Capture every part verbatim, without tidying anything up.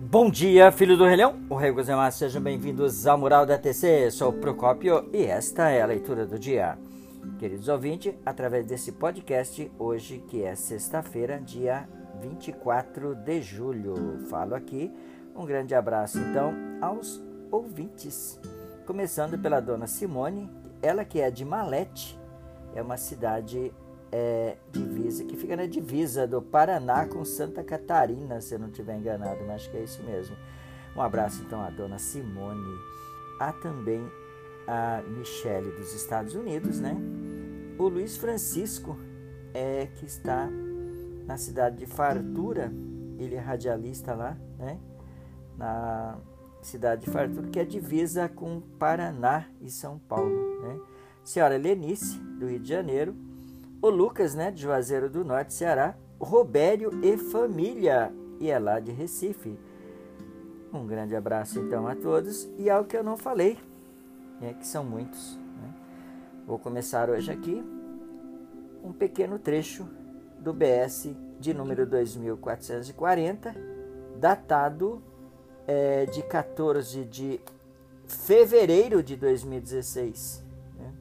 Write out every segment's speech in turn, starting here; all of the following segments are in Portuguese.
Bom dia, filho do Rei Leão. O Rei Gozemar, sejam bem-vindos ao Mural da T C. Sou o Procópio e esta é a leitura do dia. Queridos ouvintes, através desse podcast, hoje que é sexta-feira, dia vinte e quatro de julho, falo aqui. Um grande abraço, então, aos ouvintes. Começando pela dona Simone, ela que é de Malete, é uma cidade é, divisa, que fica na divisa do Paraná com Santa Catarina, se eu não estiver enganado, mas acho que é isso mesmo. Um abraço, então, à dona Simone. Há também a Michele dos Estados Unidos, né? O Luiz Francisco, é, que está na cidade de Fartura, ele é radialista lá, né? Na cidade de Fartura, que é divisa com Paraná e São Paulo, né? Senhora Lenice, do Rio de Janeiro, o Lucas, né, de Juazeiro do Norte, Ceará, o Robério e família, e é lá de Recife. Um grande abraço, então, a todos, e ao que eu não falei, né, que são muitos, né? Vou começar hoje aqui um pequeno trecho do B S de número dois mil quatrocentos e quarenta, datado é, de quatorze de fevereiro de dois mil e dezesseis. Né?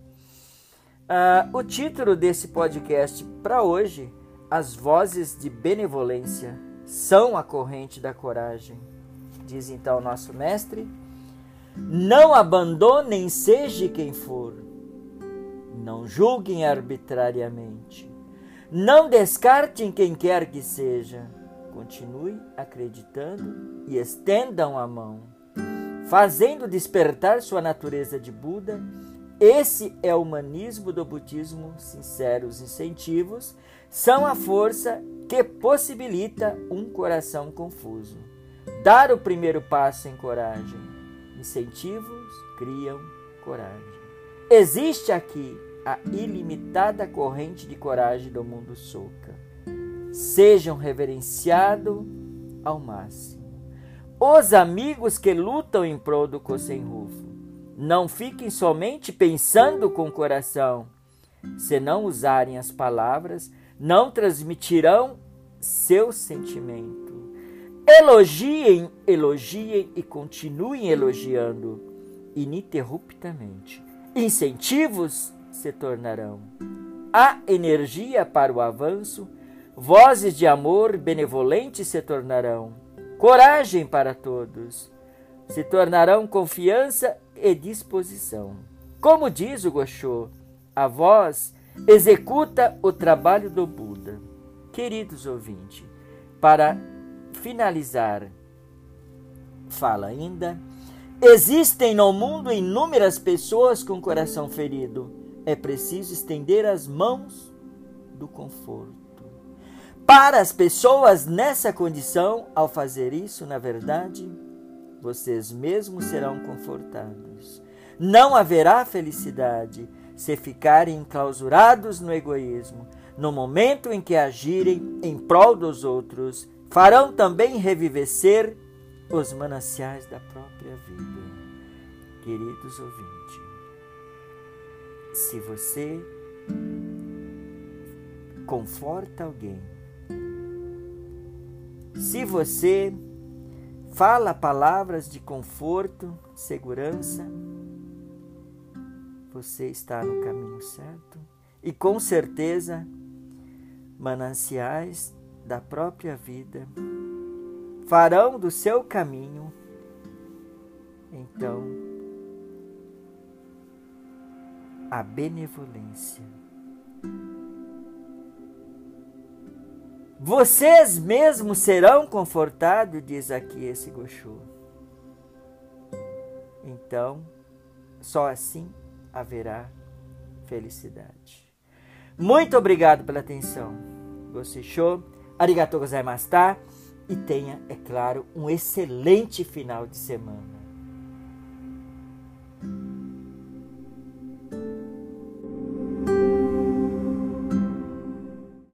Ah, o título desse podcast para hoje, As Vozes de Benevolência são a corrente da coragem. Diz então o nosso mestre: não abandonem seja quem for, não julguem arbitrariamente, não descartem quem quer que seja, continue acreditando e estendam a mão, fazendo despertar sua natureza de Buda. Esse é o humanismo do budismo. Sinceros incentivos são a força que possibilita um coração confuso. Dar o primeiro passo em coragem. Incentivos criam coragem. Existe aqui a ilimitada corrente de coragem do mundo Soka. Sejam reverenciados ao máximo. Os amigos que lutam em prol do Kosen-Rufu. Não fiquem somente pensando com o coração. Se não usarem as palavras, não transmitirão seu sentimento. Elogiem, elogiem e continuem elogiando ininterruptamente. Incentivos se tornarão. Há energia para o avanço, vozes de amor benevolentes se tornarão. Coragem para todos. Se tornarão confiança e disposição. Como diz o Gosho, a voz executa o trabalho do Buda. Queridos ouvintes, para finalizar, fala ainda: existem no mundo inúmeras pessoas com coração ferido. É preciso estender as mãos do conforto. Para as pessoas nessa condição, ao fazer isso, na verdade, vocês mesmos serão confortados. Não haverá felicidade se ficarem enclausurados no egoísmo. No momento em que agirem em prol dos outros, farão também revivecer os mananciais da própria vida. Queridos ouvintes, se você conforta alguém, se você fala palavras de conforto, segurança, você está no caminho certo e com certeza mananciais da própria vida farão do seu caminho, então, a benevolência. Vocês mesmos serão confortados, diz aqui esse Gosho. Então, só assim haverá felicidade. Muito obrigado pela atenção. Gosei, arigatou gozaimashita, e tenha, é claro, um excelente final de semana.